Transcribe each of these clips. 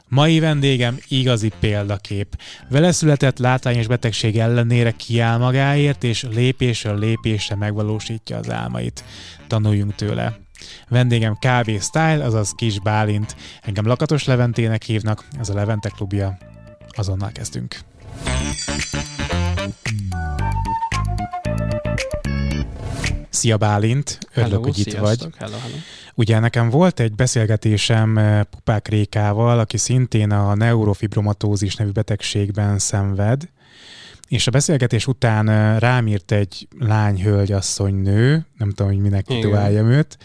Mai vendégem igazi példakép. Vele született látványos betegség ellenére kiáll magáért, és lépésről lépésre megvalósítja az álmait. Tanuljunk tőle. Vendégem KB Style, azaz Kis Bálint. Engem Lakatos Leventének hívnak, ez a Levente klubja. Azonnal kezdünk. Szia Bálint, örülök, hogy itt vagy. Hello. Ugye nekem volt egy beszélgetésem Pupák Rékával, aki szintén a neurofibromatózis nevű betegségben szenved, és a beszélgetés után rám írt egy lány, hölgy, asszony, nő, nem tudom, hogy minek tituláljam őt,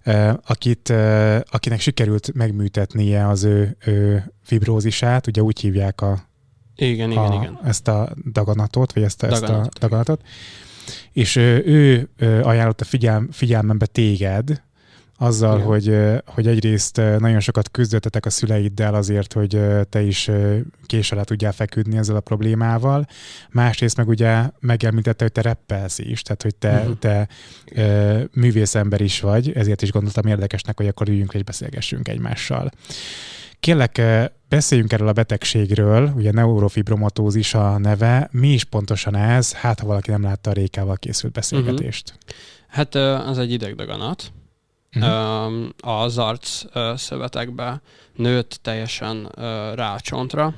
akinek sikerült megműtetnie az ő fibrózisát, ugye úgy hívják igen. ezt a daganatot, vagy ezt a daganatot. És ő ajánlotta figyelmembe téged, azzal, hogy egyrészt nagyon sokat küzdöttetek a szüleiddel azért, hogy te is kés alá tudjál feküdni ezzel a problémával. Másrészt meg ugye megemlítette, hogy te rappelsz is, tehát hogy te művészember is vagy, ezért is gondoltam érdekesnek, hogy akkor üljünk és beszélgessünk egymással. Kérlek, beszéljünk erről a betegségről, ugye neurofibromatózis a neve. Mi is pontosan ez? Hát, ha valaki nem látta a Rékával készült beszélgetést. Hát az egy idegdaganat. Az arc szövetekbe nőtt teljesen rá a csontra.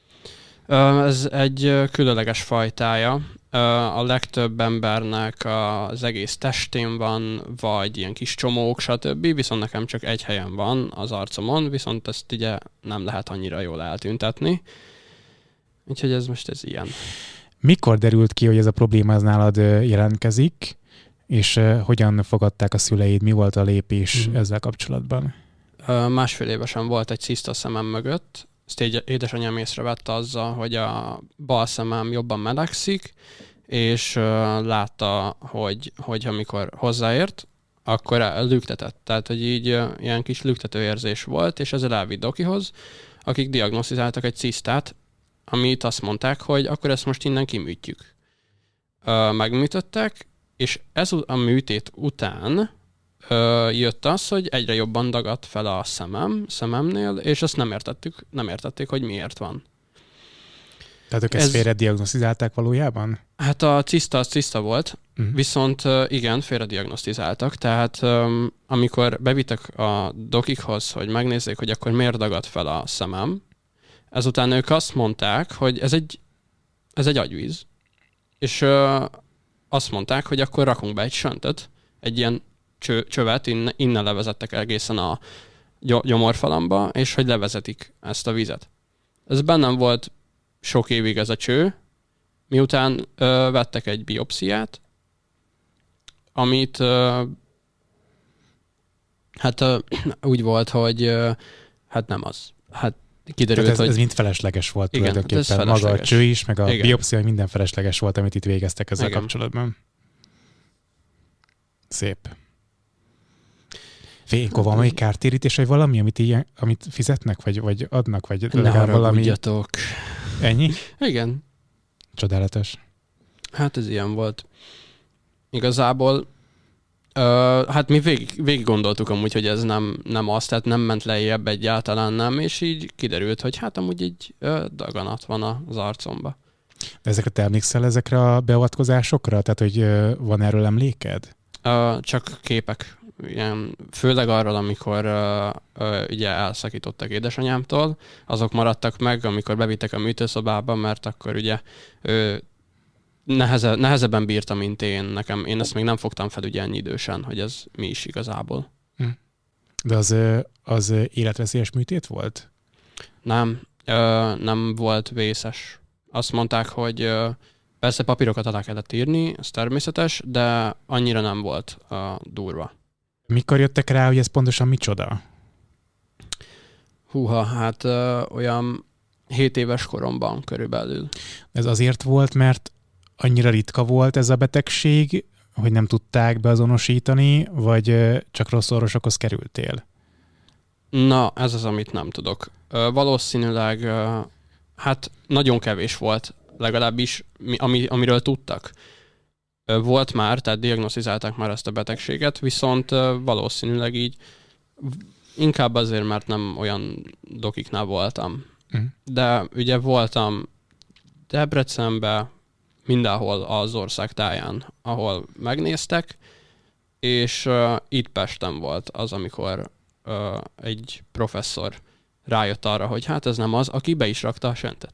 Ez egy különleges fajtája. A legtöbb embernek az egész testén van, vagy ilyen kis csomók, stb. Viszont nekem csak egy helyen van az arcomon, viszont ezt ugye nem lehet annyira jól eltüntetni. Úgyhogy ez ilyen. Mikor derült ki, hogy ez a probléma az nálad jelentkezik, és hogyan fogadták a szüleid? Mi volt a lépés ezzel kapcsolatban? 1,5 évesen volt egy ciszta a szemem mögött. Ezt édesanyám észrevette azzal, hogy a bal szemem jobban melegszik, és látta, hogy amikor hozzáért, akkor lüktetett. Tehát, hogy így ilyen kis lüktető érzés volt, és ezzel elvitt dokihoz, akik diagnosztizáltak egy cisztát, amit azt mondták, hogy akkor ezt most innen kiműtjük. Megműtöttek, és ez a műtét után jött az, hogy egyre jobban dagadt fel a szememnél, és azt nem értették, hogy miért van. Tehát ők ezt félre diagnosztizálták valójában? Hát a ciszta az ciszta volt, viszont igen, félre diagnosztizáltak, tehát amikor bevittek a dokikhoz, hogy megnézzék, hogy akkor miért dagadt fel a szemem, ezután ők azt mondták, hogy ez egy agyvíz, és azt mondták, hogy akkor rakunk be egy söntöt, egy ilyen csövet, innen levezettek egészen a gyomorfalamba, és hogy levezetik ezt a vizet. Ez bennem volt sok évig ez a cső, miután vettek egy biopsziát, amit úgy volt, hogy hát nem az. Hát kiderült, tehát ez mind felesleges volt, igen, tulajdonképpen. Felesleges. Maga a cső is, meg a biopszia, minden felesleges volt, amit itt végeztek ezzel kapcsolatban. Szép. Ilyenkor van valami kártérítés, vagy valami, amit fizetnek, vagy adnak, vagy legalább valami... Ennyi? Igen. Csodálatos. Hát ez ilyen volt. Igazából hát mi végig gondoltuk amúgy, hogy ez nem az, tehát nem ment lejjebb egyáltalán nem, és így kiderült, hogy hát amúgy egy daganat van az arcomba. De ezekre te emlékszel ezekre a beavatkozásokra? Tehát, hogy van erről emléked? Csak képek. Ilyen, főleg arról, amikor ugye elszakítottak édesanyámtól, azok maradtak meg, amikor bevittek a műtőszobába, mert akkor ugye nehezebben bírta, mint én. Én ezt még nem fogtam fel ugye ennyi idősen, hogy ez mi is igazából. De az életveszélyes műtét volt? Nem volt vészes. Azt mondták, hogy persze papírokat alá kellett írni, ez természetes, de annyira nem volt durva. Mikor jöttek rá, hogy ez pontosan micsoda? Húha, hát olyan 7 éves koromban körülbelül. Ez azért volt, mert annyira ritka volt ez a betegség, hogy nem tudták beazonosítani, vagy csak rossz orvosokhoz kerültél? Na, ez az, amit nem tudok. Valószínűleg hát nagyon kevés volt, legalábbis amiről tudtak. Volt már, tehát diagnosztizálták már ezt a betegséget, viszont valószínűleg így Inkább azért, mert nem olyan dokiknál voltam. De ugye voltam Debrecenbe, mindenhol az ország táján, ahol megnéztek, és itt Pesten volt az, amikor egy professzor rájött arra, hogy hát ez nem az, aki be is rakta a söntet.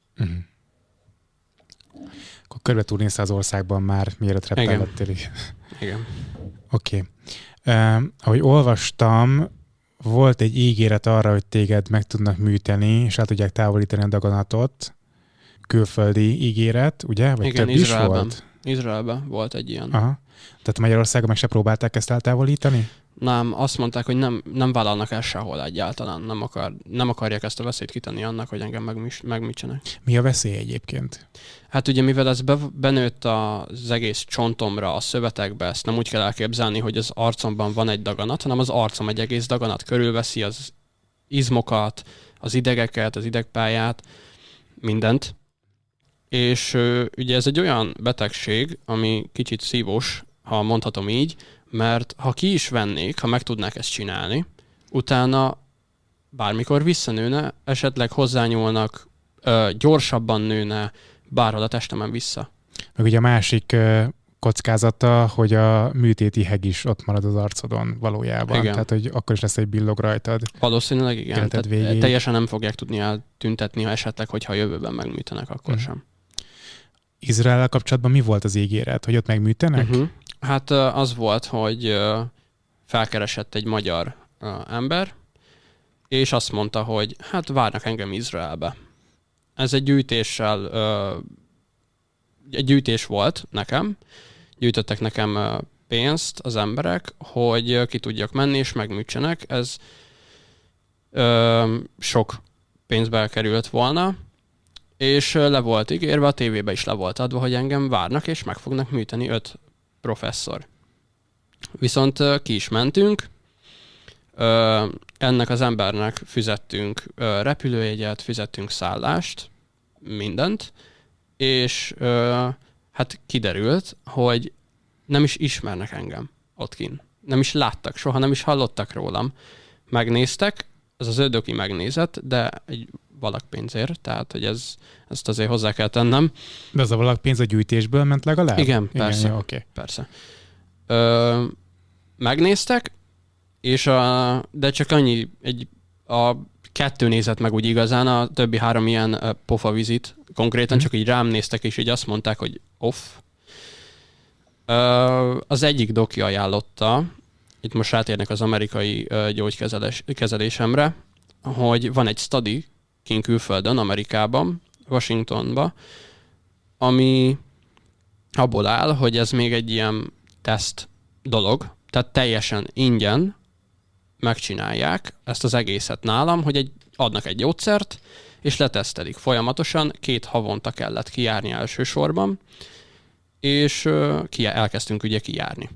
Akkor körbe túlnézte az országban már, mielőtt reppel lettél. Igen. Oké. Ahogy olvastam, volt egy ígéret arra, hogy téged meg tudnak műteni, és át tudják távolítani a daganatot. Külföldi ígéret, ugye? Vagy igen, több is volt? Izraelben volt egy ilyen. Aha. Tehát Magyarországon meg se próbálták ezt eltávolítani? Nem, azt mondták, hogy nem vállalnak el sehol egyáltalán. Nem akarják ezt a veszélyt kitenni annak, hogy engem megműtsenek. Mi a veszély egyébként? Hát ugye, mivel ez benőtt az egész csontomra, a szövetekbe, ezt nem úgy kell elképzelni, hogy az arcomban van egy daganat, hanem az arcom egy egész daganat körülveszi az izmokat, az idegeket, az idegpályát, mindent. És ugye ez egy olyan betegség, ami kicsit szívós, ha mondhatom így, mert ha ki is vennék, ha meg tudnák ezt csinálni, utána bármikor visszanőne, esetleg hozzányúlnak, gyorsabban nőne bárhol a testemen vissza. Meg ugye a másik kockázata, hogy a műtéti heg is ott marad az arcodon valójában. Igen. Tehát, hogy akkor is lesz egy billog rajtad. Valószínűleg igen. Teljesen nem fogják tudni eltüntetni, ha esetleg, hogyha a jövőben megműtenek, akkor sem. Izraellel kapcsolatban mi volt az ígéret? Hogy ott megműtenek? Hát az volt, hogy felkeresett egy magyar ember, és azt mondta, hogy hát várnak engem Izraelbe. Ez egy gyűjtés volt nekem. Gyűjtöttek nekem pénzt az emberek, hogy ki tudjak menni és megműtsenek. Ez sok pénzbe került volna, és le volt ígérve, a tévébe is le volt adva, hogy engem várnak, és meg fognak műteni 5 professzor. Viszont ki is mentünk, ennek az embernek fizettünk repülőjegyet, fizettünk szállást, mindent, és hát kiderült, hogy nem is ismernek engem ott kint. Nem is láttak, soha nem is hallottak rólam. Megnéztek, ez az ő doki megnézett, de egy valakpénzért, tehát hogy ezt azért hozzá kell tennem. De az a valakpénz a gyűjtésből ment legalább? Igen, persze. Igen, okay. Persze. Megnéztek, és de csak annyi, a 2 nézett meg úgy igazán, a többi 3 ilyen pofavizit, konkrétan csak így rám néztek, és így azt mondták, hogy off. Az egyik doki ajánlotta, itt most rátérnek az amerikai gyógykezelésemre, hogy van egy study kint külföldön, Amerikában, Washingtonba, ami abból áll, hogy ez még egy ilyen teszt dolog, tehát teljesen ingyen megcsinálják ezt az egészet nálam, hogy adnak egy gyógyszert, és letesztelik folyamatosan, 2 havonta kellett kijárni elsősorban, és elkezdtünk ugye kijárni.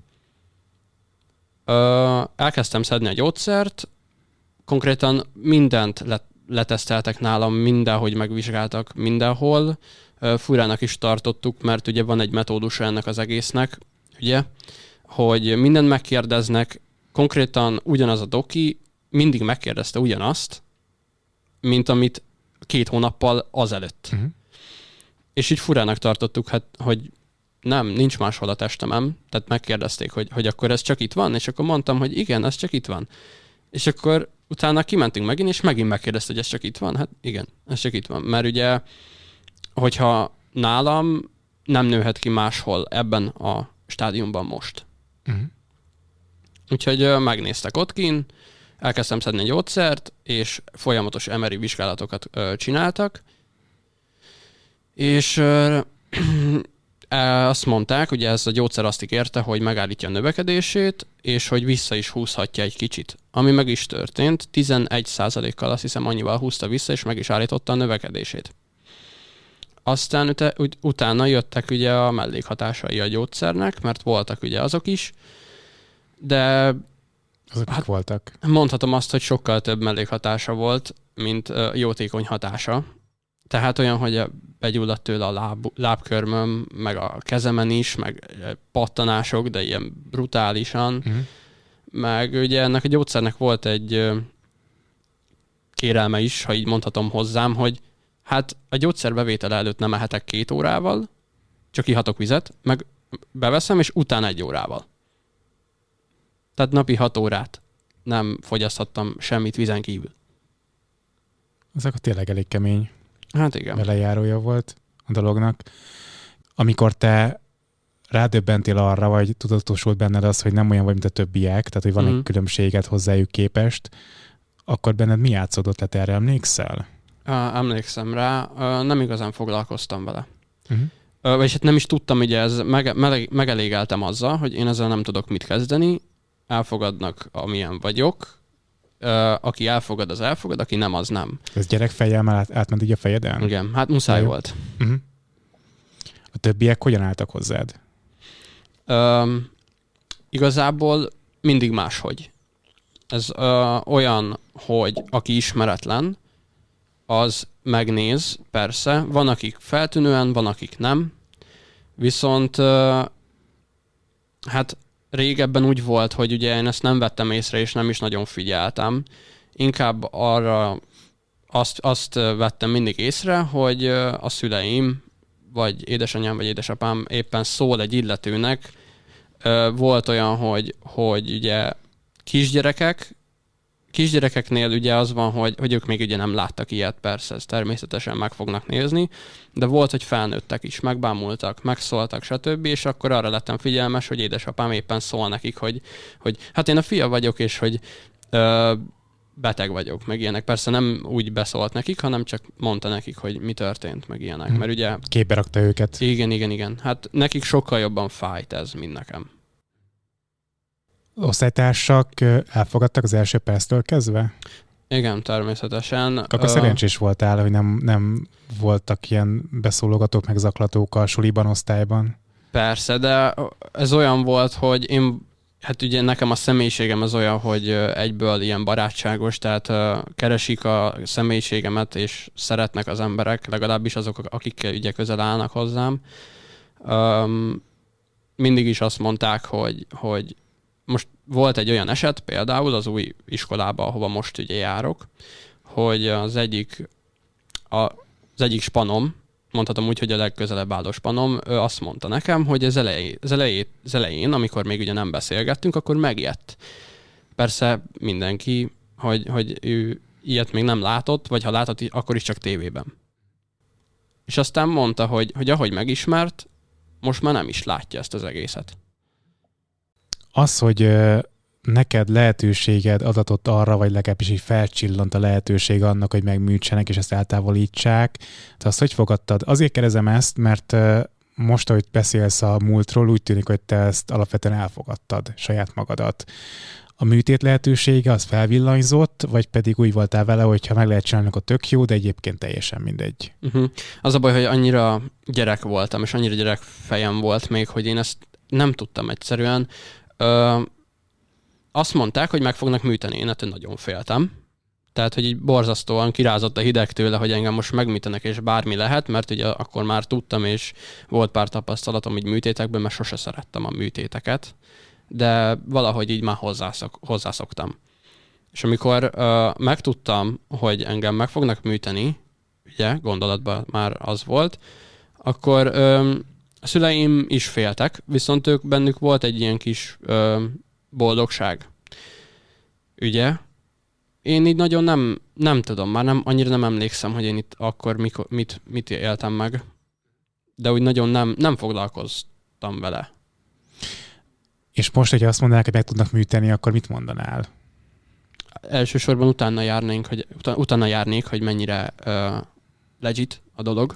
Elkezdtem szedni a gyógyszert, konkrétan mindent leteszteltek nálam, mindenhogy megvizsgáltak mindenhol. Furának is tartottuk, mert ugye van egy metódusa ennek az egésznek, ugye, hogy mindent megkérdeznek, konkrétan ugyanaz a doki mindig megkérdezte ugyanazt, mint amit 2 hónappal azelőtt. És így furának tartottuk, hát, hogy nincs máshol a testemen, tehát megkérdezték, hogy akkor ez csak itt van, és akkor mondtam, hogy igen, ez csak itt van. És akkor utána kimentünk megint, és megint megkérdezte, hogy ez csak itt van? Hát igen, ez csak itt van. Mert ugye, hogyha nálam nem nőhet ki máshol ebben a stádiumban most. Úgyhogy megnéztek ott kint, elkezdtem szedni egy gyógyszert, és folyamatos MRI vizsgálatokat csináltak, és azt mondták, ugye ez a gyógyszer azt ígérte, hogy megállítja a növekedését, és hogy vissza is húzhatja egy kicsit. Ami meg is történt, 11%-kal azt hiszem annyival húzta vissza, és meg is állította a növekedését. Aztán utána jöttek ugye a mellékhatásai a gyógyszernek, mert voltak ugye azok is, de azok voltak. Mondhatom azt, hogy sokkal több mellékhatása volt, mint jótékony hatása. Tehát olyan, hogy begyulladt tőle a lábkörmöm, meg a kezemen is, meg pattanások, de ilyen brutálisan. meg ugye ennek a gyógyszernek volt egy kérelme is, ha így mondhatom hozzám, hogy hát a gyógyszer bevétele előtt nem ehetek 2 órával, csak ihatok vizet, meg beveszem, és utána 1 órával. Tehát napi 6 órát nem fogyaszthattam semmit vizen kívül. Ez akkor tényleg elég kemény. Hát igen. Belejárója volt a dolognak. Amikor te rádöbbentél arra, vagy tudatosult benned az, hogy nem olyan vagy, mint a többiek, tehát hogy van egy különbséget hozzájuk képest, akkor benned mi játszódott le, te erre emlékszel? Emlékszem rá, nem igazán foglalkoztam vele. Vagyis hát nem is tudtam, ugye megelégeltem azzal, hogy én ezzel nem tudok mit kezdeni, elfogadnak, amilyen vagyok, aki elfogad, az elfogad, aki nem, az nem. Ez gyerekfejjel már átment így a fejeden? Igen, hát muszáj volt. A többiek hogyan álltak hozzád? Igazából mindig máshogy. Ez olyan, hogy aki ismeretlen, az megnéz, persze. Van, akik feltűnően, van, akik nem. Viszont hát régebben úgy volt, hogy ugye én ezt nem vettem észre, és nem is nagyon figyeltem. Inkább arra azt vettem mindig észre, hogy a szüleim, vagy édesanyám, vagy édesapám éppen szól egy illetőnek. Volt olyan, hogy ugye kisgyerekeknél ugye az van, hogy ők még ugye nem láttak ilyet, persze, ezt természetesen meg fognak nézni, de volt, hogy felnőttek is, megbámultak, megszóltak, stb., és akkor arra lettem figyelmes, hogy édesapám éppen szól nekik, hogy hát én a fia vagyok, és hogy beteg vagyok, meg ilyenek. Persze nem úgy beszólt nekik, hanem csak mondta nekik, hogy mi történt, meg ilyenek. Mert ugye... Képbe rakta őket. Igen. Hát nekik sokkal jobban fájt ez, mint nekem. Osztálytársak elfogadtak az első perctől kezdve? Igen, természetesen. Akkor szerencsés voltál, hogy nem voltak ilyen beszólogatók, meg zaklatók a suliban, osztályban. Persze, de ez olyan volt, hogy hát ugye nekem a személyiségem az olyan, hogy egyből ilyen barátságos, tehát keresik a személyiségemet, és szeretnek az emberek, legalábbis azok, akik ugye közel állnak hozzám. Mindig is azt mondták, hogy most volt egy olyan eset, például az új iskolában, ahova most ugye járok, hogy az egyik spanom, mondhatom úgy, hogy a legközelebb álló spanom, ő azt mondta nekem, hogy az elején, amikor még ugye nem beszélgettünk, akkor megijedt. Persze mindenki, hogy ő ilyet még nem látott, vagy ha látott, akkor is csak tévében. És aztán mondta, hogy ahogy megismert, most már nem is látja ezt az egészet. Az, hogy neked lehetőséged adatott arra, vagy legalábbis így felcsillant a lehetőség annak, hogy megműtsenek, és ezt eltávolítsák. Te azt hogy fogadtad? Azért kérdezem ezt, mert most, ahogy beszélsz a múltról, úgy tűnik, hogy te ezt alapvetően elfogadtad, saját magadat. A műtét lehetősége az felvillanyzott, vagy pedig úgy voltál vele, hogy ha meg lehet csinálni, akkor tök jó, de egyébként teljesen mindegy. Az a baj, hogy annyira gyerek voltam, és annyira gyerek fejem volt még, hogy én ezt nem tudtam egyszerűen. Azt mondták, hogy meg fognak műteni. Én ettől nagyon féltem. Tehát, hogy így borzasztóan kirázott a hideg tőle, hogy engem most megműtenek, és bármi lehet, mert ugye akkor már tudtam, és volt pár tapasztalatom így műtétekben, mert sose szerettem a műtéteket, de valahogy így már hozzászoktam. És amikor megtudtam, hogy engem meg fognak műteni, ugye, gondolatban már az volt, akkor a szüleim is féltek, viszont bennük volt egy ilyen kis boldogság. Ugye? Én így nagyon nem tudom, már annyira nem emlékszem, hogy én itt akkor mit éltem meg, de úgy nagyon nem foglalkoztam vele. És most, hogyha azt mondanák, hogy meg tudnak műteni, akkor mit mondanál? Elsősorban utána járnék, hogy mennyire legit a dolog.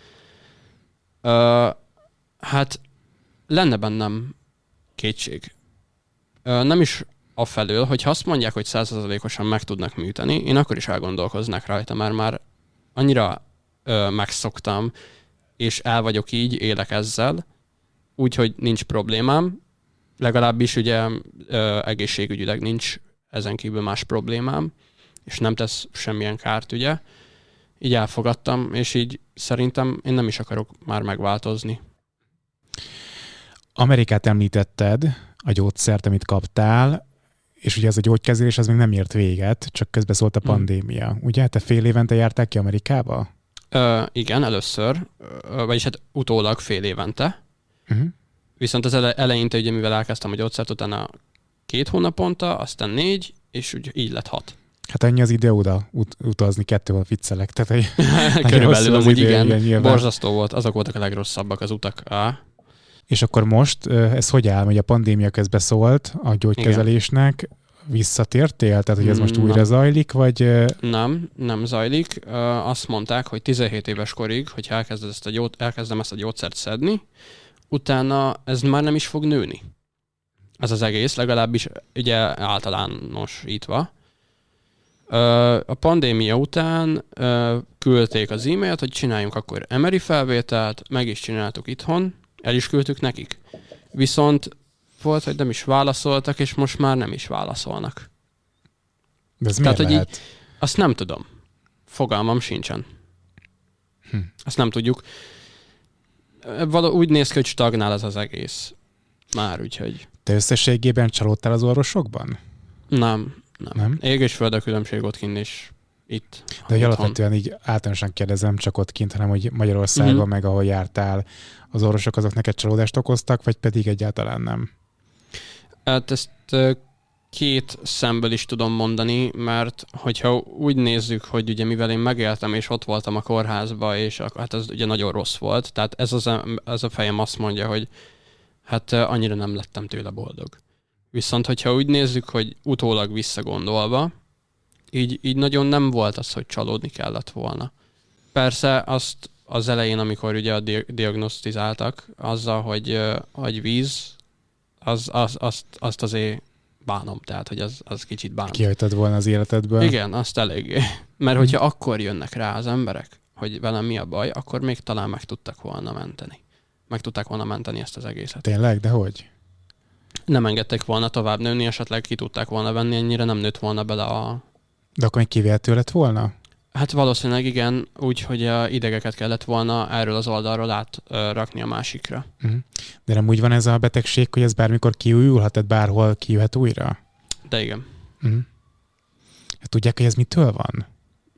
Hát lenne bennem kétség. Nem is afelől, hogyha azt mondják, hogy 100%-osan meg tudnak műteni, én akkor is elgondolkoznak rajta, mert már annyira megszoktam, és el vagyok így, élek ezzel, úgyhogy nincs problémám, legalábbis ugye egészségügyileg nincs ezen kívül más problémám, és nem tesz semmilyen kárt, ugye. Így elfogadtam, és így szerintem én nem is akarok már megváltozni. Amerikát említetted, a gyógyszert, amit kaptál. és ugye ez a gyógykezelés az még nem ért véget, csak közben szólt a pandémia. Ugye? Te fél évente járták ki Amerikába? Igen, először, vagyis hát utólag fél évente. Viszont az eleinte, ugye mivel elkezdtem a gyógyszert, utána 2 hónaponta, aztán 4, és úgy így lett 6. Hát ennyi az ide-oda utazni, 2 hónap viccelek. Körülbelül amúgy igen, borzasztó volt, azok voltak a legrosszabbak az utak. És akkor most ez hogy áll, hogy a pandémia közben szólt a gyógykezelésnek, igen. Visszatértél? Tehát, hogy ez most újra zajlik, vagy... Nem zajlik. Azt mondták, hogy 17 éves korig, hogy elkezdem ezt a gyógyszert szedni, utána ez már nem is fog nőni. Ez az egész, legalábbis ugye általánosítva. A pandémia után küldték az e-mailt, hogy csináljunk akkor MRI felvételt, meg is csináltuk itthon, el is küldtük nekik. Viszont volt, hogy nem is válaszoltak, és most már nem is válaszolnak. De ez miért lehet? Így, azt nem tudom. Fogalmam sincsen. Azt nem tudjuk. Úgy néz ki, hogy stagnál ez az egész. Már úgyhogy... Te összességében csalódtál az orvosokban? Nem. Ég és föld a különbség ott kint és itt. De hogy alapvetően így általánosan kérdezem, csak ott kint, hanem hogy Magyarországon, meg ahol jártál, az orvosok azok neked csalódást okoztak, vagy pedig egyáltalán nem? Hát ezt 2 szemből is tudom mondani, mert hogyha úgy nézzük, hogy ugye mivel én megéltem, és ott voltam a kórházba, és hát ez ugye nagyon rossz volt, tehát ez a fejem azt mondja, hogy hát annyira nem lettem tőle boldog. Viszont, hogyha úgy nézzük, hogy utólag visszagondolva, így nagyon nem volt az, hogy csalódni kellett volna. Persze azt az elején, amikor ugye diagnosztizáltak azzal, hogy víz, azt azért bánom, tehát, hogy az kicsit bánom. Kihagytad volna az életedből? Igen, azt eléggé. Mert hogyha akkor jönnek rá az emberek, hogy velem mi a baj, akkor még talán meg tudták volna menteni ezt az egészet. Tényleg? De hogy? Nem engedték volna tovább nőni, esetleg ki tudták volna venni, ennyire nem nőtt volna bele a... De akkor még kivéhető lett volna? Hát valószínűleg igen, úgyhogy a idegeket kellett volna erről az oldalról átrakni a másikra. De nem úgy van ez a betegség, hogy ez bármikor kiújulhat, tehát bárhol kijöhet újra? De igen. Hát tudják, hogy ez mitől van?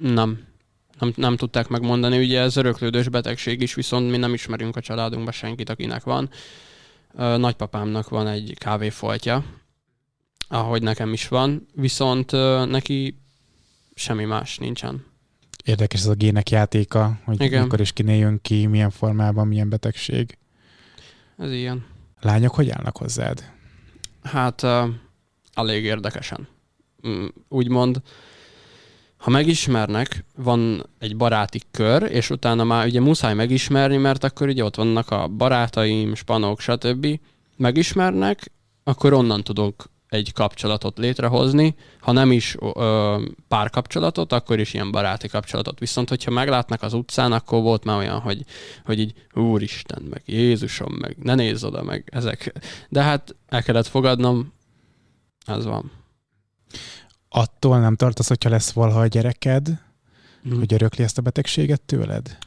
Nem tudták megmondani, ugye ez öröklődős betegség is, viszont mi nem ismerünk a családunkban senkit, akinek van. Nagypapámnak van egy kávéfoltja, ahogy nekem is van, viszont neki semmi más nincsen. Érdekes ez a gének játéka, hogy igen. Mikor is kinél jön ki, milyen formában, milyen betegség. Ez ilyen. Lányok hogy állnak hozzád? Hát elég érdekesen. Úgymond, ha megismernek, van egy baráti kör, és utána már ugye muszáj megismerni, mert akkor ugye ott vannak a barátaim, spanok, stb. Megismernek, akkor onnan tudok egy kapcsolatot létrehozni, ha nem is párkapcsolatot, akkor is ilyen baráti kapcsolatot. Viszont, hogyha meglátnak az utcán, akkor volt már olyan, hogy így Úristen, meg Jézusom, meg ne nézz oda, meg ezek. De hát el kellett fogadnom, ez van. Attól nem tartasz, hogyha lesz valaha a gyereked, hogy örökli ezt a betegséget tőled?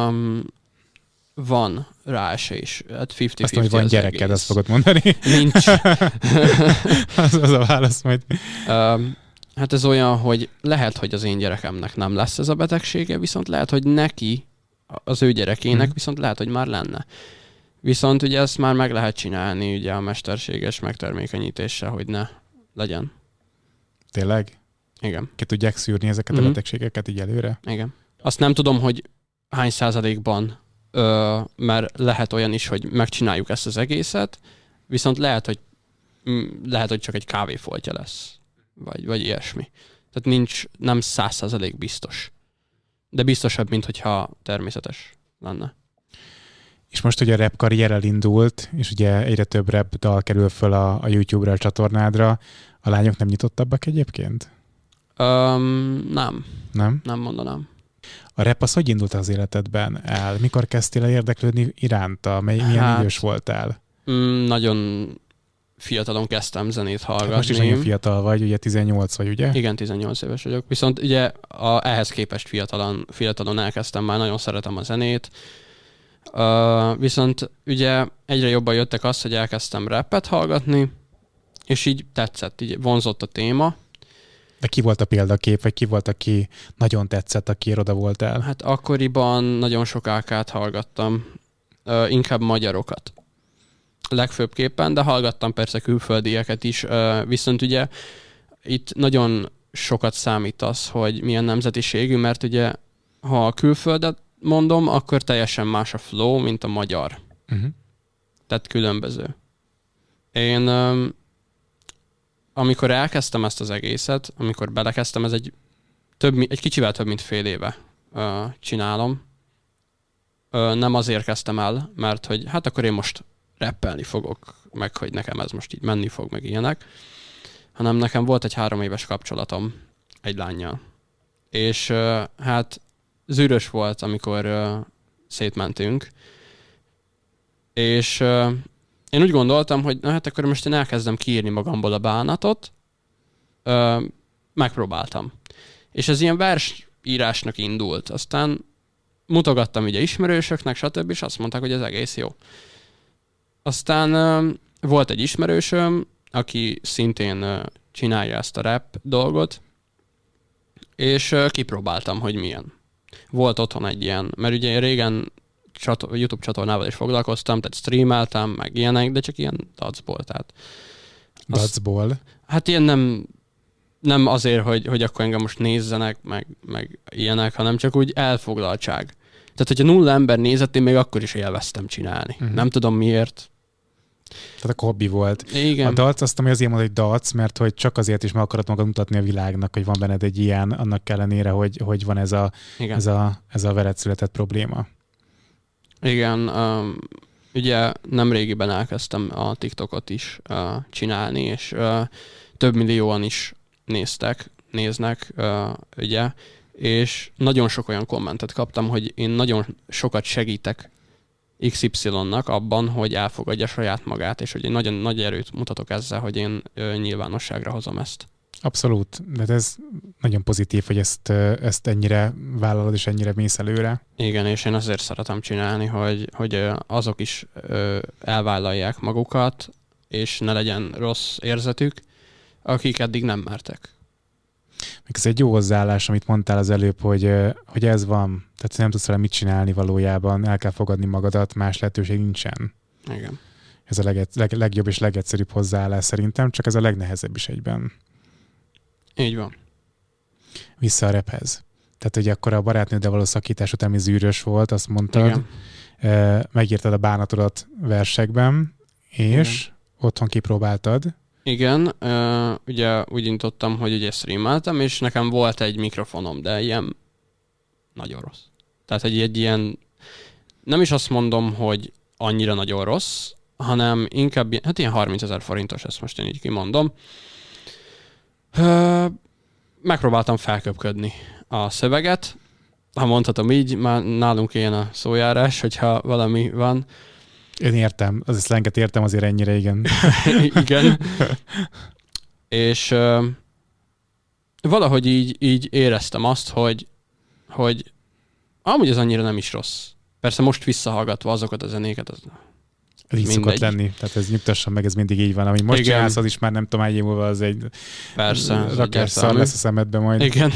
Van rá esély is. Hát 50-50 azt mondom, hogy van gyereked, egész. Azt fogod mondani. Nincs. az a válasz majd. Hát ez olyan, hogy lehet, hogy az én gyerekemnek nem lesz ez a betegsége, viszont lehet, hogy neki, az ő gyerekének viszont lehet, hogy már lenne. Viszont ugye ezt már meg lehet csinálni ugye a mesterséges megtermékenyítéssel, hogy ne legyen. Tényleg? Igen. Ki tudják szűrni ezeket a betegségeket így előre? Igen. Azt nem tudom, hogy hány százalékban, mert lehet olyan is, hogy megcsináljuk ezt az egészet, viszont lehet, hogy csak egy kávéfoltja lesz. Vagy ilyesmi. Tehát nem 100% biztos. De biztosabb, mint hogyha természetes lenne. És most ugye a rap karrier elindult, és ugye egyre több rap dal kerül föl a YouTube-ra, a csatornádra. A lányok nem nyitottabbak egyébként? Nem. Nem? Nem mondanám. A rap az hogy indult az életedben el? Mikor kezdtél el érdeklődni iránta? Milyen idős voltál? Nagyon fiatalon kezdtem zenét hallgatni. Most is nagyon fiatal vagy, ugye 18 vagy, ugye? Igen, 18 éves vagyok. Viszont ugye ehhez képest fiatalon elkezdtem, már nagyon szeretem a zenét. Viszont ugye egyre jobban jöttek az, hogy elkezdtem rappet hallgatni, És így tetszett, így vonzott a téma. De ki volt a példakép, vagy ki volt, aki nagyon tetszett, aki oda voltál? Hát akkoriban nagyon sok AK-t hallgattam, inkább magyarokat. Legfőbbképpen, de hallgattam persze külföldieket is, viszont ugye itt nagyon sokat számít az, hogy milyen nemzetiségű, mert ugye ha a külföldet mondom, akkor teljesen más a flow, mint a magyar. Tehát különböző. Én amikor elkezdtem ezt az egészet, amikor belekezdtem, ez egy kicsivel több, mint fél éve csinálom. Nem azért kezdtem el, mert hogy hát akkor én most rappelni fogok, meg hogy nekem ez most így menni fog, meg ilyenek, hanem nekem volt egy 3 éves kapcsolatom egy lánnyal. És hát zűrös volt, amikor szétmentünk, és én úgy gondoltam, hogy na hát akkor most én elkezdem kiírni magamból a bánatot, megpróbáltam. És ez ilyen versírásnak indult. Aztán mutogattam ugye ismerősöknek, stb. És azt mondták, hogy ez egész jó. Aztán volt egy ismerősöm, aki szintén csinálja ezt a rap dolgot, és kipróbáltam, hogy milyen. Volt otthon egy ilyen, mert ugye régen YouTube csatornával is foglalkoztam, tehát streameltem, meg ilyenek, de csak ilyen dacból. Dacból? Hát ilyen nem azért, hogy akkor engem most nézzenek, meg ilyenek, hanem csak úgy elfoglaltság. Tehát, hogyha 0 ember nézett, én még akkor is élveztem csinálni. Nem tudom miért. Tehát akkor hobbi volt. Igen. A dac, azt ami azért mondod, hogy dac, mert hogy csak azért is meg akarod magad mutatni a világnak, hogy van benned egy ilyen, annak ellenére, hogy van ez a veled született probléma. Igen, ugye nemrégiben elkezdtem a TikTokot is csinálni, és több millióan is néznek, ugye, és nagyon sok olyan kommentet kaptam, hogy én nagyon sokat segítek XY-nak abban, hogy elfogadja saját magát, és hogy én nagyon nagy erőt mutatok ezzel, hogy én nyilvánosságra hozom ezt. Abszolút, de ez nagyon pozitív, hogy ezt ennyire vállalod, és ennyire mész előre. Igen, és én azért szeretem csinálni, hogy azok is elvállalják magukat, és ne legyen rossz érzetük, akik eddig nem mertek. Ez egy jó hozzáállás, amit mondtál az előbb, hogy ez van. Tehát nem tudsz vele mit csinálni valójában, el kell fogadni magadat, más lehetőség nincsen. Igen. Ez a legjobb és legegyszerűbb hozzáállás szerintem, csak ez a legnehezebb is egyben. Így van. Vissza a raphez. Tehát ugye akkor a barátnőddel való szakítás után, ami zűrös volt, azt mondtad, megírtad a bánatodat versekben, és otthon kipróbáltad. Igen, ugye úgy indítottam, hogy ugye streameltem, és nekem volt egy mikrofonom, de ilyen nagyon rossz. Tehát egy ilyen, nem is azt mondom, hogy annyira nagyon rossz, hanem inkább hát ilyen 30 000 forintos, ezt most én így kimondom. Megpróbáltam felköpködni a szöveget, ha mondhatom így, már nálunk ilyen a szójárás, hogyha valami van. Én értem, az szlenget értem azért ennyire, igen. Igen. És valahogy így éreztem azt, hogy amúgy ez annyira nem is rossz. Persze most visszahallgatva azokat a zenéket, az ez így szokott lenni, tehát ez nyugtasson meg, ez mindig így van. Amit most csinálsz, az is már nem tudom, egy év múlva az egy rakásszal lesz a szemedbe majd. Igen.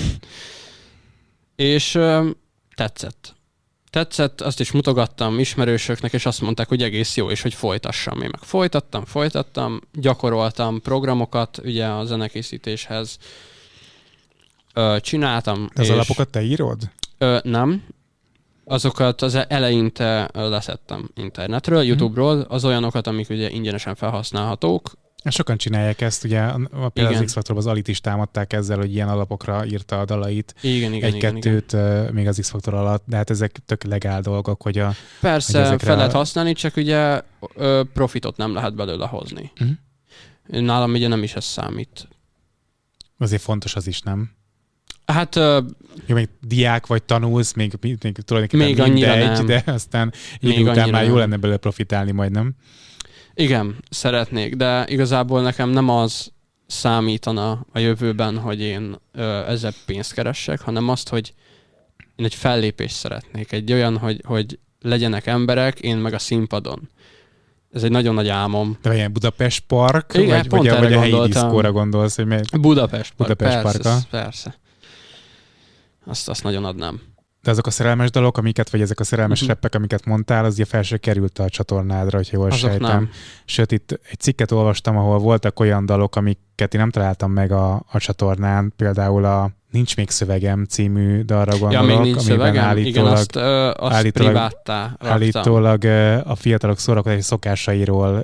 És tetszett, azt is mutogattam ismerősöknek, és azt mondták, hogy egész jó, és hogy folytassam. Én meg folytattam, gyakoroltam programokat ugye a zenekészítéshez. Csináltam. Az alapokat te írod? Nem. Azokat az eleinte leszettem internetről, YouTube-ról, az olyanokat, amik ugye ingyenesen felhasználhatók. Sokan csinálják ezt, ugye például az X-Factorban az Alit is támadták ezzel, hogy ilyen alapokra írta a dalait. Egy-kettőt még az X-Factor alatt, de hát ezek tök legál dolgok, hogy persze, hogy fel lehet használni, csak ugye profitot nem lehet belőle hozni. Nálam ugye nem is ez számít. Azért fontos az is, nem? Hát... Jó, még diák vagy tanulsz, még tulajdonképpen még mindegy, de aztán így után már jó lenne belőle profitálni majd, nem? Igen, szeretnék, de igazából nekem nem az számítana a jövőben, hogy én ezzel pénzt keressek, hanem azt, hogy én egy fellépést szeretnék. Egy olyan, hogy legyenek emberek, én meg a színpadon. Ez egy nagyon nagy álmom. De ilyen Budapest Park? Igen, vagy a helyi diszkóra gondolsz? Hogy Budapest Park. Persze. Azt nagyon adnám. De azok a szerelmes dalok, amiket, vagy ezek a szerelmes rappek, amiket mondtál, az ugye fel se került a csatornádra, hogyha jól sejtem. Nem. Sőt, itt egy cikket olvastam, ahol voltak olyan dalok, amiket én nem találtam meg a csatornán, például a Nincs még szövegem című dalra gondolok, még nincs szövegem? Állítólag, igen, azt priváttá raktam. Állítólag a fiatalok szórakozási szokásairól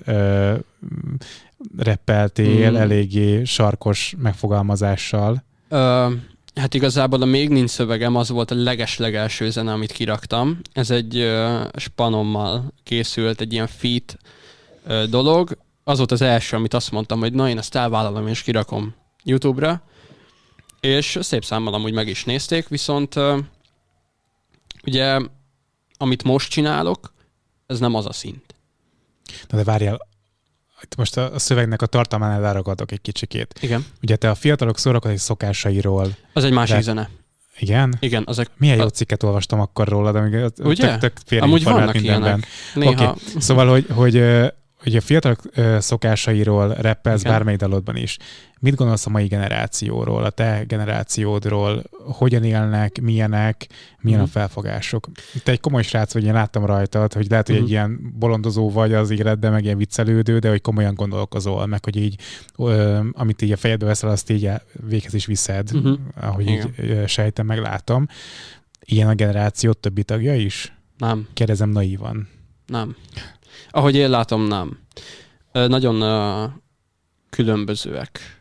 reppeltél eléggé sarkos megfogalmazással. Hát igazából a Még nincs szövegem, az volt a leges-legelső zene, amit kiraktam. Ez egy Spanommal készült, egy ilyen feat dolog. Az volt az első, amit azt mondtam, hogy na, én ezt elvállalom és kirakom YouTube-ra. És szép számmal amúgy meg is nézték, viszont ugye, amit most csinálok, ez nem az a szint. Na de várjál, most a szövegnek a tartalmánál leragadok egy kicsikét. Igen. Ugye te a fiatalok szórakozási szokásairól... Az egy másik zene. Igen? Igen. Milyen jó cikket olvastam akkor rólad, amíg tök amúgy vannak mindenben. Néha... Okay. Szóval, hogy a fiatalok szokásairól reppelsz bármely dalodban is. Mit gondolsz a mai generációról, a te generációdról? Hogyan élnek, milyen a felfogások? Te egy komoly srác vagy, én láttam rajtad, hogy lehet, hogy egy ilyen bolondozó vagy az életben, meg ilyen viccelődő, de hogy komolyan gondolkozol, meg hogy így, amit így a fejedbe veszel, azt így véghez is viszed, ahogy így sejtem, meg látom. Ilyen a generáció többi tagja is? Nem. Kérdezem naívan. Nem. Ahogy én látom, nem. Nagyon különbözőek.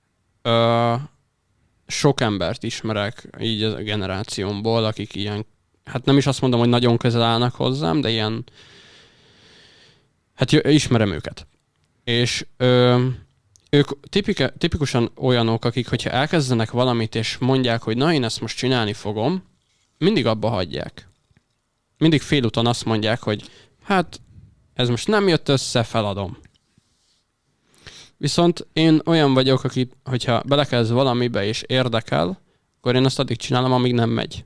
Sok embert ismerek így a generációmból, akik ilyen, hát nem is azt mondom, hogy nagyon közel állnak hozzám, de ilyen, hát ismerem őket. És ők tipikusan olyanok, akik, hogyha elkezdenek valamit, és mondják, hogy na, én ezt most csinálni fogom, mindig abba hagyják. Mindig félúton azt mondják, hogy hát ez most nem jött össze, feladom. Viszont én olyan vagyok, aki, hogyha belekezd valamibe és érdekel, akkor én azt addig csinálom, amíg nem megy.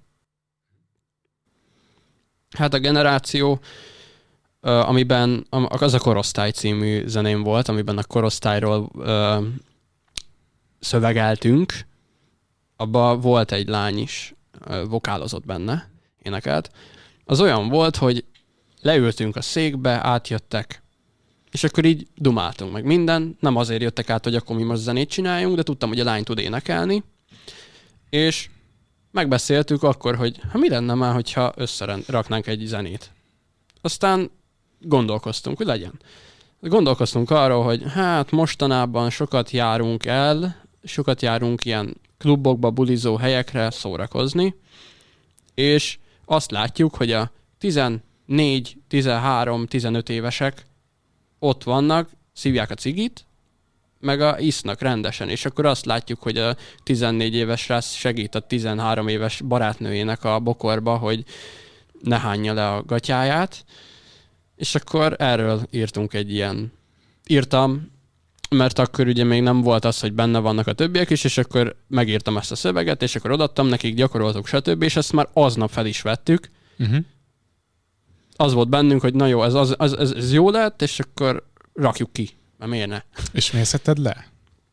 Hát a generáció, amiben az a Korosztály című zeném volt, amiben a korosztályról szövegeltünk, abban volt egy lány is, vokálozott benne, énekelt. Az olyan volt, hogy leültünk a székbe, átjöttek, és akkor így dumáltunk meg minden. Nem azért jöttek át, hogy akkor mi most zenét csináljunk, de tudtam, hogy a lány tud énekelni. És megbeszéltük akkor, hogy mi lenne már, hogyha összeraknánk egy zenét. Aztán gondolkoztunk, hogy legyen. Gondolkoztunk arról, hogy hát mostanában sokat járunk ilyen klubokba, bulizó helyekre szórakozni, és azt látjuk, hogy a 14, 13, 15 évesek ott vannak, szívják a cigit, meg isznak rendesen, és akkor azt látjuk, hogy a 14 éves srác segít a 13 éves barátnőjének a bokorba, hogy ne hányja le a gatyáját, és akkor erről írtam, mert akkor ugye még nem volt az, hogy benne vannak a többiek is, és akkor megírtam ezt a szöveget, és akkor odaadtam nekik, gyakoroltuk, stb., és ezt már aznap fel is vettük. Az volt bennünk, hogy na jó, ez jó lett, és akkor rakjuk ki. Mert miért ne? És miért szedted le?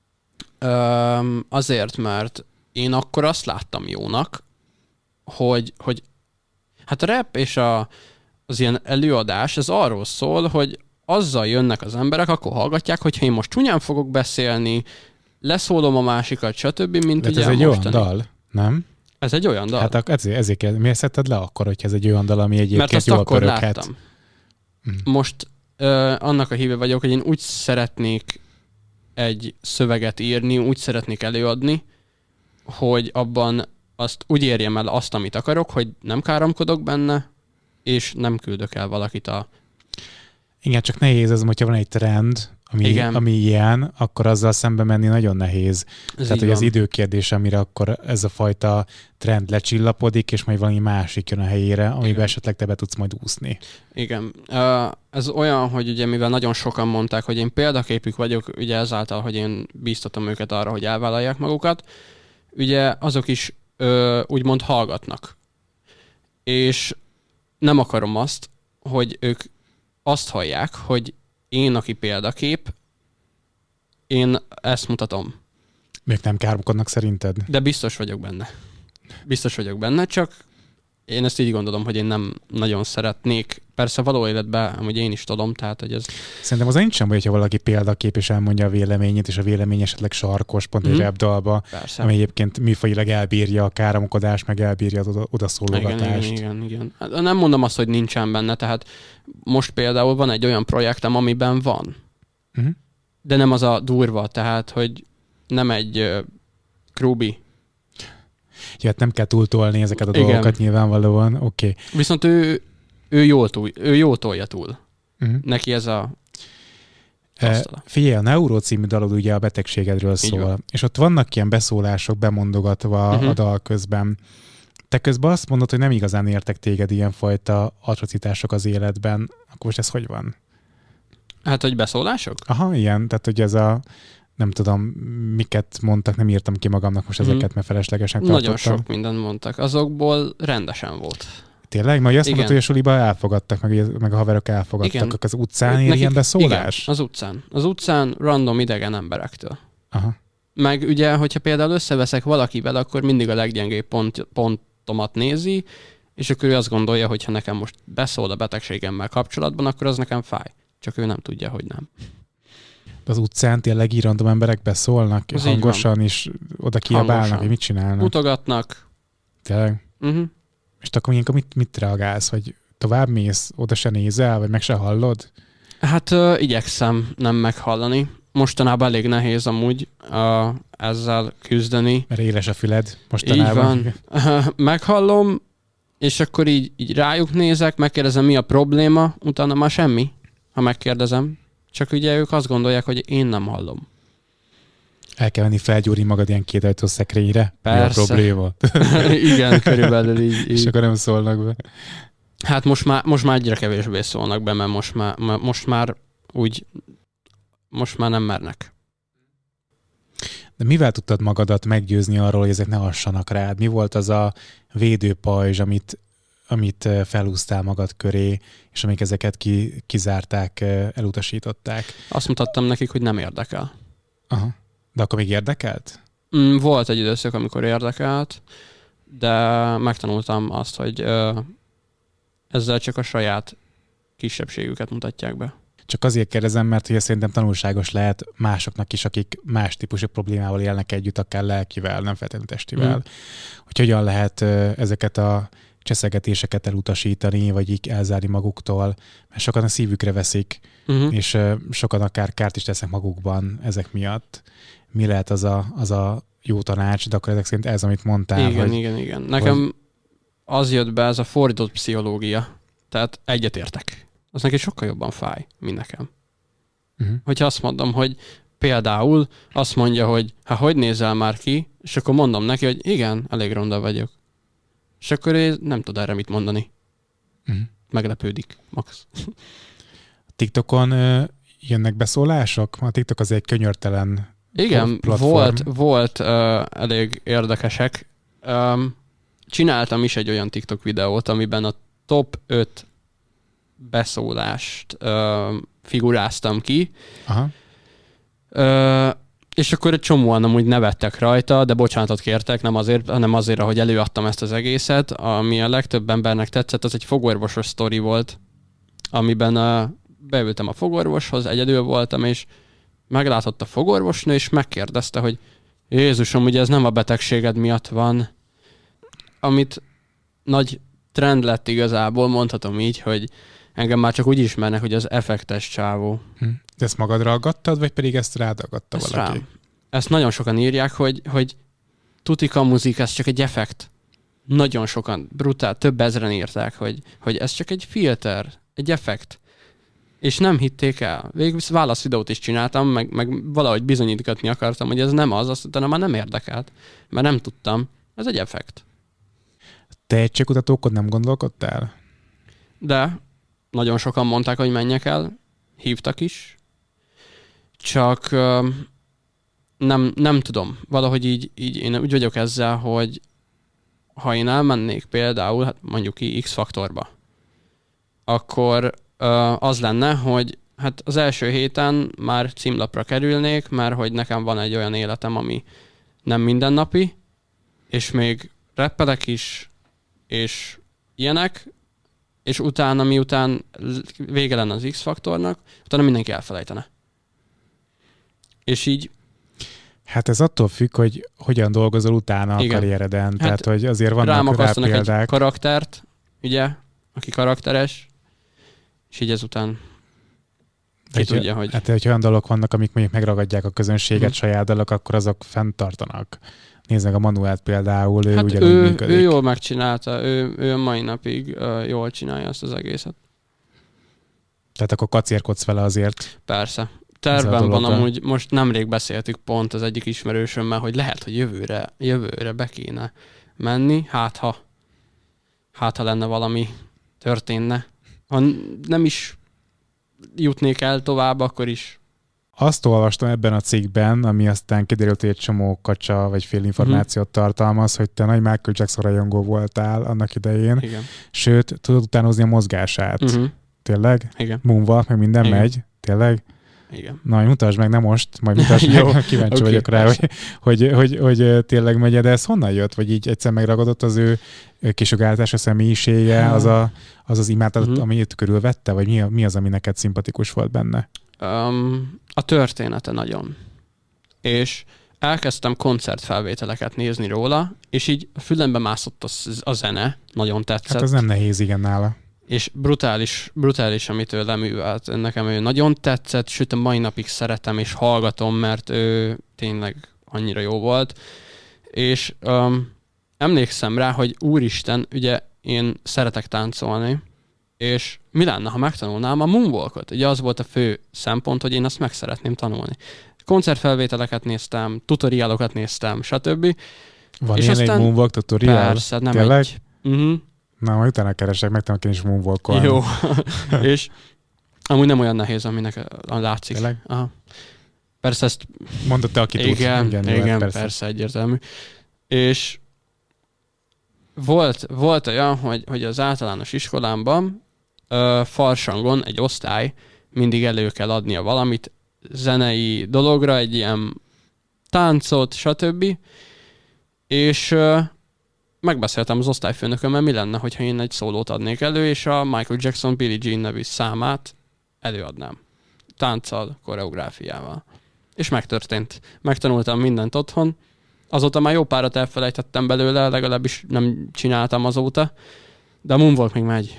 Azért, mert én akkor azt láttam jónak, hogy hát a rap és az ilyen előadás, ez arról szól, hogy azzal jönnek az emberek, akkor hallgatják, hogyha én most csúnyán fogok beszélni, leszólom a másikat, stb., mint ugye ez egy mostani. Olyan dal, nem? Ez egy olyan dal. Hát ezért miért szedted le akkor, hogyha ez egy olyan dal, ami egyébként mert azt jól akkor pöröghet? Láttam. Most annak a híve vagyok, hogy én úgy szeretnék egy szöveget írni, úgy szeretnék előadni, hogy abban azt úgy érjem el azt, amit akarok, hogy nem káromkodok benne, és nem küldök el valakit Igen, csak nehéz ez, hogyha van egy trend, ami ilyen, akkor azzal szembe menni nagyon nehéz. Tehát, hogy az időkérdés, amire akkor ez a fajta trend lecsillapodik, és majd valami másik jön a helyére, amiben esetleg te be tudsz majd úszni. Igen. Ez olyan, hogy ugye mivel nagyon sokan mondták, hogy én példaképük vagyok, ugye ezáltal, hogy én bíztatom őket arra, hogy elvállalják magukat, ugye azok is úgymond hallgatnak. És nem akarom azt, hogy ők azt hallják, hogy én, aki példakép, én ezt mutatom. Még nem káromkodnak szerinted? De biztos vagyok benne. Biztos vagyok benne, csak én ezt így gondolom, hogy én nem nagyon szeretnék. Persze való életben, amúgy én is tudom, tehát, hogy ez... Szerintem az nincs sem baj, hogyha valaki példakép és elmondja a véleményét, és a vélemény esetleg sarkos, pont egy rap dalba, ami egyébként műfajilag elbírja a káromkodást, meg elbírja az odaszólogatást. Igen. Hát nem mondom azt, hogy nincsen benne, tehát most például van egy olyan projektem, amiben van. De nem az a durva, tehát, hogy nem egy Krubi. Ja, hát nem kell túltolni ezeket a dolgokat nyilvánvalóan, oké. Viszont ő jól tolja túl. Neki ez a figyelj, a Neuro című dalod ugye a betegségedről szól, és ott vannak ilyen beszólások bemondogatva a dal közben. Te közben azt mondod, hogy nem igazán értek téged ilyenfajta atrocitások az életben. Akkor most ez hogy van? Hát, hogy beszólások? Aha, ilyen. Tehát, hogy ez a nem tudom, miket mondtak, nem írtam ki magamnak most ezeket, mert feleslegesen tartottam. Nagyon sok mindent mondtak. Azokból rendesen volt. Tényleg? Majd azt mondod, hogy a suliba elfogadtak, meg a haverok elfogadtak. Igen. Az utcán ilyen beszólás? Igen, az utcán. Az utcán random idegen emberektől. Aha. Meg ugye, hogyha például összeveszek valakivel, akkor mindig a leggyengébb pontomat nézi, és akkor ő azt gondolja, hogy ha nekem most beszól a betegségemmel kapcsolatban, akkor az nekem fáj. Csak ő nem tudja, hogy nem. Az utcán tényleg így random emberek beszólnak, az hangosan, és oda kiabálnak, hogy mit csinálnak? Mutogatnak. Tényleg? És akkor ilyenkor mit reagálsz? Vagy tovább mész, oda se nézel, vagy meg se hallod? Hát igyekszem nem meghallani. Mostanában elég nehéz amúgy ezzel küzdeni. Mert éles a füled mostanában. Így van. Meghallom, és akkor így rájuk nézek, megkérdezem, mi a probléma, utána már semmi, ha megkérdezem. Csak ugye ők azt gondolják, hogy én nem hallom. El kell venni felgyúrni magad ilyen kétajtós szekrényre? Persze. Mi a probléma? Igen, körülbelül így. És akkor nem szólnak be. Hát most már egyre kevésbé szólnak be, mert most már nem mernek. De mivel tudtad magadat meggyőzni arról, hogy ezek ne hassanak rád? Mi volt az a védőpajzs, amit felhúztál magad köré, és amik ezeket kizárták, elutasították? Azt mutattam nekik, hogy nem érdekel. Aha. De akkor még érdekelt? Volt egy időszak, amikor érdekelt, de megtanultam azt, hogy ezzel csak a saját kisebbségüket mutatják be. Csak azért kérdezem, mert ugye szerintem tanulságos lehet másoknak is, akik más típusú problémával élnek együtt, akár lelkivel, nem feltétlenül testivel. Hogy hogyan lehet ezeket a cseszegetéseket elutasítani, vagy így elzárni maguktól, mert sokan a szívükre veszik, és sokan akár kárt is tesznek magukban ezek miatt. Mi lehet az a jó tanács, de akkor ezek szerint ez, amit mondtál. Igen. Nekem az jött be, ez a fordított pszichológia. Tehát egyetértek. Az neki sokkal jobban fáj, mint nekem. Hogyha azt mondom, hogy például azt mondja, hogy hogy nézel már ki, és akkor mondom neki, hogy igen, elég ronda vagyok. És akkor ő nem tud erre mit mondani. Meglepődik, max. TikTokon jönnek beszólások? A TikTok az egy könyörtelen igen, platform. volt elég érdekesek. Csináltam is egy olyan TikTok videót, amiben a top 5 beszólást figuráztam ki. Aha. És akkor egy csomóan amúgy nevettek rajta, de bocsánatot kértek, nem azért, hanem azért, hogy előadtam ezt az egészet. Ami a legtöbb embernek tetszett, az egy fogorvosos sztori volt, amiben beültem a fogorvoshoz, egyedül voltam, és meglátott a fogorvosnő, és megkérdezte, hogy Jézusom, ugye ez nem a betegséged miatt van, amit nagy trend lett igazából, mondhatom így, hogy engem már csak úgy ismernek, hogy az effektes csávó. De ezt magadra aggattad, vagy pedig ezt rád aggatta valaki? Rám. Ezt nagyon sokan írják, hogy tutika muzik, ez csak egy effekt. Nagyon sokan, brutál, több ezren írták, hogy ez csak egy filter, egy effekt. És nem hitték el. Végül válaszvideót is csináltam, meg valahogy bizonyítgatni akartam, hogy ez nem az, azt utána már nem érdekelt, mert nem tudtam. Ez egy effekt. Tehetségkutatókon nem gondolkodtál? De nagyon sokan mondták, hogy menjek el, hívtak is, csak nem tudom. Valahogy így én úgy vagyok ezzel, hogy ha én elmennék például, hát mondjuk ki X-faktorba, akkor az lenne, hogy hát az első héten már címlapra kerülnék, mert hogy nekem van egy olyan életem, ami nem mindennapi, és még rappelek is, és ilyenek, és utána, miután vége lenne az X-faktornak, utána mindenki elfelejtene. És így... Hát ez attól függ, hogy hogyan dolgozol utána a karriereden. Hát tehát, hogy azért vannak rá példák. Egy karaktert, ugye, aki karakteres, és így ezután ki tudja, hogy... Hát, hogy olyan dolgok vannak, amik mondjuk megragadják a közönséget, saját dalok, akkor azok fenntartanak. Nézd meg a Manuelt például, ő ugyanúgy működik. Ő jól megcsinálta, ő mai napig jól csinálja ezt az egészet. Tehát akkor kacérkodsz vele azért. Persze. Tervben van amúgy, most nemrég beszéltük pont az egyik ismerősömmel, hogy lehet, hogy jövőre be kéne menni, hát ha lenne valami történne. Ha nem is jutnék el tovább, akkor is. Azt olvastam ebben a cikkben, ami aztán kiderült, hogy egy csomó kacsa vagy félinformációt tartalmaz, hogy te nagy Michael Jackson rajongó voltál annak idején. Igen. Sőt, tudod utánozni a mozgását. Tényleg? Igen. Moonwalk, meg minden megy. Tényleg? Igen. Na, mutasd meg, nem most, majd mutasd meg, kíváncsi vagyok rá, hogy tényleg megy, de ez honnan jött? Vagy így egyszer megragadott az ő kisugárzása, személyisége, az imádat, ami itt körülvette? Vagy mi az, ami neked szimpatikus volt benne? A története nagyon. És elkezdtem koncertfelvételeket nézni róla, és így a fülembe mászott a zene, nagyon tetszett. Hát az nem nehéz, igen, nála. És brutális, amit ő leművelt. Nekem ő nagyon tetszett, sőt a mai napig szeretem és hallgatom, mert ő tényleg annyira jó volt. És emlékszem rá, hogy úristen, ugye én szeretek táncolni, és mi lenne, ha megtanulnám a moonwalkot? Ugye az volt a fő szempont, hogy én azt meg szeretném tanulni. Koncertfelvételeket néztem, tutorialokat néztem, stb. Van és ilyen aztán, egy moonwalk tutorial? Persze, nem tényleg? Egy... Na, majd utána keresek, megtanulok én is moonwalkolni. Jó. És amúgy nem olyan nehéz, aminek látszik. Tényleg? Aha. Persze ezt... Mondod te, aki tud. Igen, persze egyértelmű. És volt olyan, hogy az általános iskolámban farsangon egy osztály mindig elő kell adnia valamit zenei dologra, egy ilyen táncot, stb. És megbeszéltem az osztályfőnökömmel, mi lenne, hogyha én egy szólót adnék elő, és a Michael Jackson Billie Jean nevű számát előadnám. Tánccal, koreográfiával. És megtörtént. Megtanultam mindent otthon. Azóta már jó párat elfelejtettem belőle, legalábbis nem csináltam azóta. De a moonwalk még megy.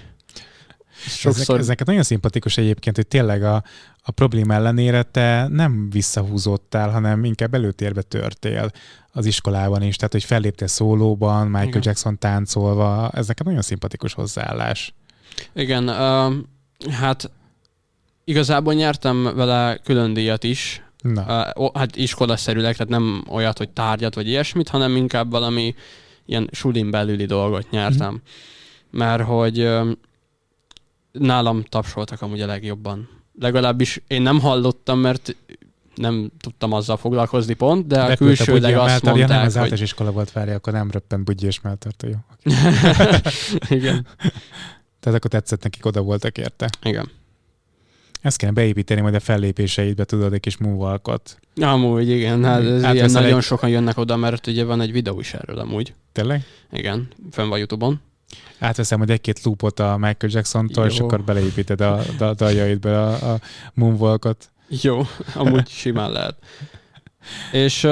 Ezeket nagyon szimpatikus egyébként, hogy tényleg a probléma ellenére te nem visszahúzódtál, hanem inkább előtérbe törtél az iskolában is. Tehát, hogy felléptél szólóban, Michael Igen. Jackson táncolva. Ez neked nagyon szimpatikus hozzáállás. Igen, hát igazából nyertem vele külön díjat is. Hát iskolaszerűleg, tehát nem olyat, hogy tárgyat vagy ilyesmit, hanem inkább valami ilyen sulin belüli dolgot nyertem. Mert hogy nálam tapsoltak amúgy a legjobban. Legalábbis én nem hallottam, mert nem tudtam azzal foglalkozni pont, de a külsőleg azt mondták, nem az általános iskola volt, várja, akkor nem röppent Bugyi és melltartó, jó? Igen. Tehát akkor tetszett nekik, oda voltak érte. Igen. Ezt kéne beépíteni majd a fellépéseidbe, tudod, egy kis moonwalkot. Amúgy igen, hát ilyen nagyon sokan jönnek oda, mert ugye van egy videó is erről amúgy. Tényleg? Igen, fönn van YouTube-on. Átveszem majd egy-két loopot a Michael Jackson-tól, és akkor beleépíted a daljaidba a moonwalkot. Jó, amúgy simán lehet. És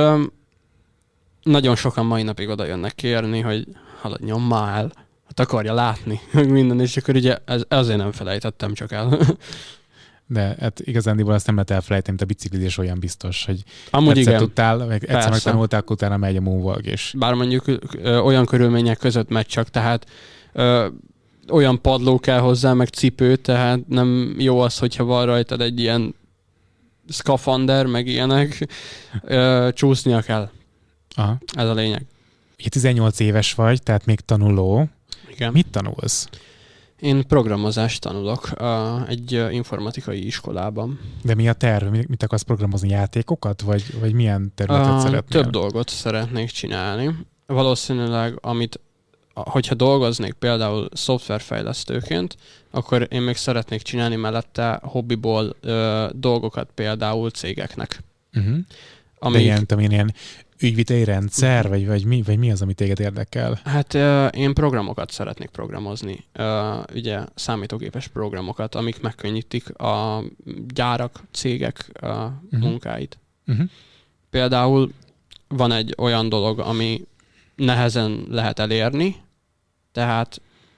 nagyon sokan mai napig oda jönnek kérni, hogy haladj, nyommál el, hát akarja látni, meg minden, és akkor ugye azért nem felejtettem csak el. De hát igazándiból azt nem lehet elfelejteni, mint a biciklizés olyan biztos, hogy amúgy egyszer tudtál, meg egyszer megtanultál, akkor utána megy a moonwalk is. Bár mondjuk olyan körülmények között megy csak, tehát olyan padló kell hozzá, meg cipő, tehát nem jó az, hogyha van rajtad egy ilyen szkafander, meg ilyenek, csúsznia kell. Aha. Ez a lényeg. 18 éves vagy, tehát még tanuló. Igen. Mit tanulsz? Én programozást tanulok egy informatikai iskolában. De mi a terv? Mit akarsz programozni? Játékokat? Vagy milyen területet szeretnél? Több dolgot szeretnék csinálni. Valószínűleg, amit hogyha dolgoznék például szoftverfejlesztőként, akkor én még szeretnék csinálni mellette hobbiból dolgokat például cégeknek. De ilyen ügyviteli rendszer, vagy mi az, ami téged érdekel? Hát én programokat szeretnék programozni. Ugye számítógépes programokat, amik megkönnyítik a gyárak, cégek munkáit. Például van egy olyan dolog, ami nehezen lehet elérni, tehát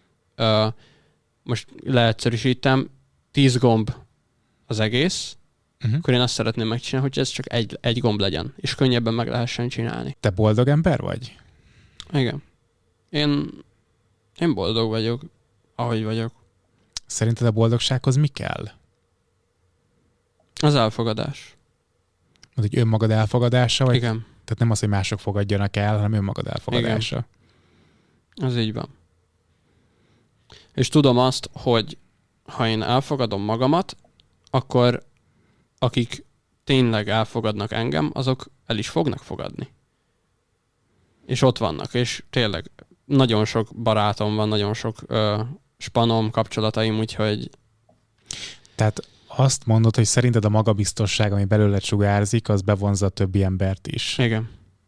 most leegyszerűsítem, 10 gomb az egész, akkor én azt szeretném megcsinálni, hogy ez csak egy gomb legyen, és könnyebben meg lehessen csinálni. Te boldog ember vagy? Igen. Én boldog vagyok, ahogy vagyok. Szerinted a boldogsághoz mi kell? Az elfogadás. Az egy önmagad elfogadása? Vagy? Igen. Tehát nem az, hogy mások fogadjanak el, hanem önmagad elfogadása. Igen. Az így van. És tudom azt, hogy ha én elfogadom magamat, akkor akik tényleg elfogadnak engem, azok el is fognak fogadni. És ott vannak, és tényleg nagyon sok barátom van, nagyon sok spanom, kapcsolataim, úgyhogy... Tehát azt mondod, hogy szerinted a magabiztosság, ami belőled sugárzik, az bevonza a többi embert is. Igen.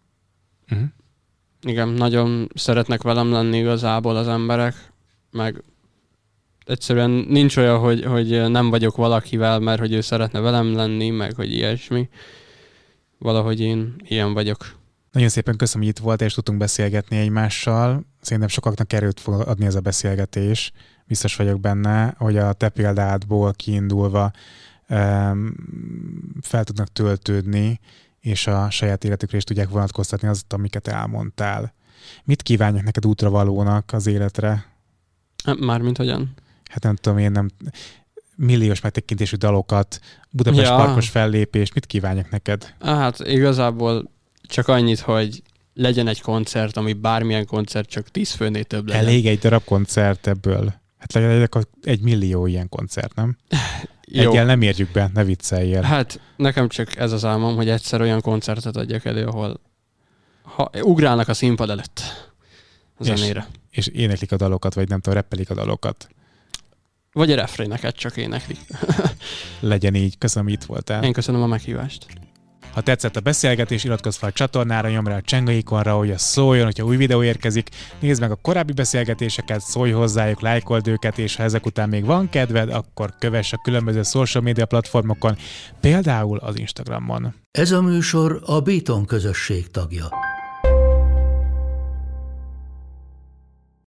Igen, nagyon szeretnek velem lenni igazából az emberek, meg egyszerűen nincs olyan, hogy nem vagyok valakivel, mert hogy ő szeretne velem lenni, meg hogy ilyesmi. Valahogy én ilyen vagyok. Nagyon szépen köszönöm, hogy itt volt, és tudtunk beszélgetni egymással. Szerintem sokaknak erőt fog adni ez a beszélgetés. Biztos vagyok benne, hogy a te példádból kiindulva fel tudnak töltődni, és a saját életükre is tudják vonatkoztatni azt, amiket elmondtál. Mit kívánjak neked útravalónak az életre? Mármint hogyan? Hát nem tudom, én nem... Milliós megtekintésű dalokat, Budapest parkos fellépést, mit kívánjak neked? Hát igazából csak annyit, hogy legyen egy koncert, ami bármilyen koncert, csak 10 főnél több legyen. Elég egy darab koncert ebből. Hát legyen 1 millió ilyen koncert, nem? Egyel nem érjük be, ne vicceljél. Hát nekem csak ez az álmom, hogy egyszer olyan koncertet adjak elő, ahol ugrálnak a színpad előtt a zenére. És éneklik a dalokat, vagy nem tudom, reppelik a dalokat. Vagy a refréneket csak éneklik. Legyen így. Köszönöm, hogy itt voltál. Én köszönöm a meghívást. Ha tetszett a beszélgetés, iratkozz fel a csatornára, nyomd rá a csengő ikonra, hogy az szóljon, hogyha új videó érkezik. Nézd meg a korábbi beszélgetéseket, szólj hozzájuk, lájkold őket, és ha ezek után még van kedved, akkor kövess a különböző social media platformokon, például az Instagramon. Ez a műsor a Béton közösség tagja.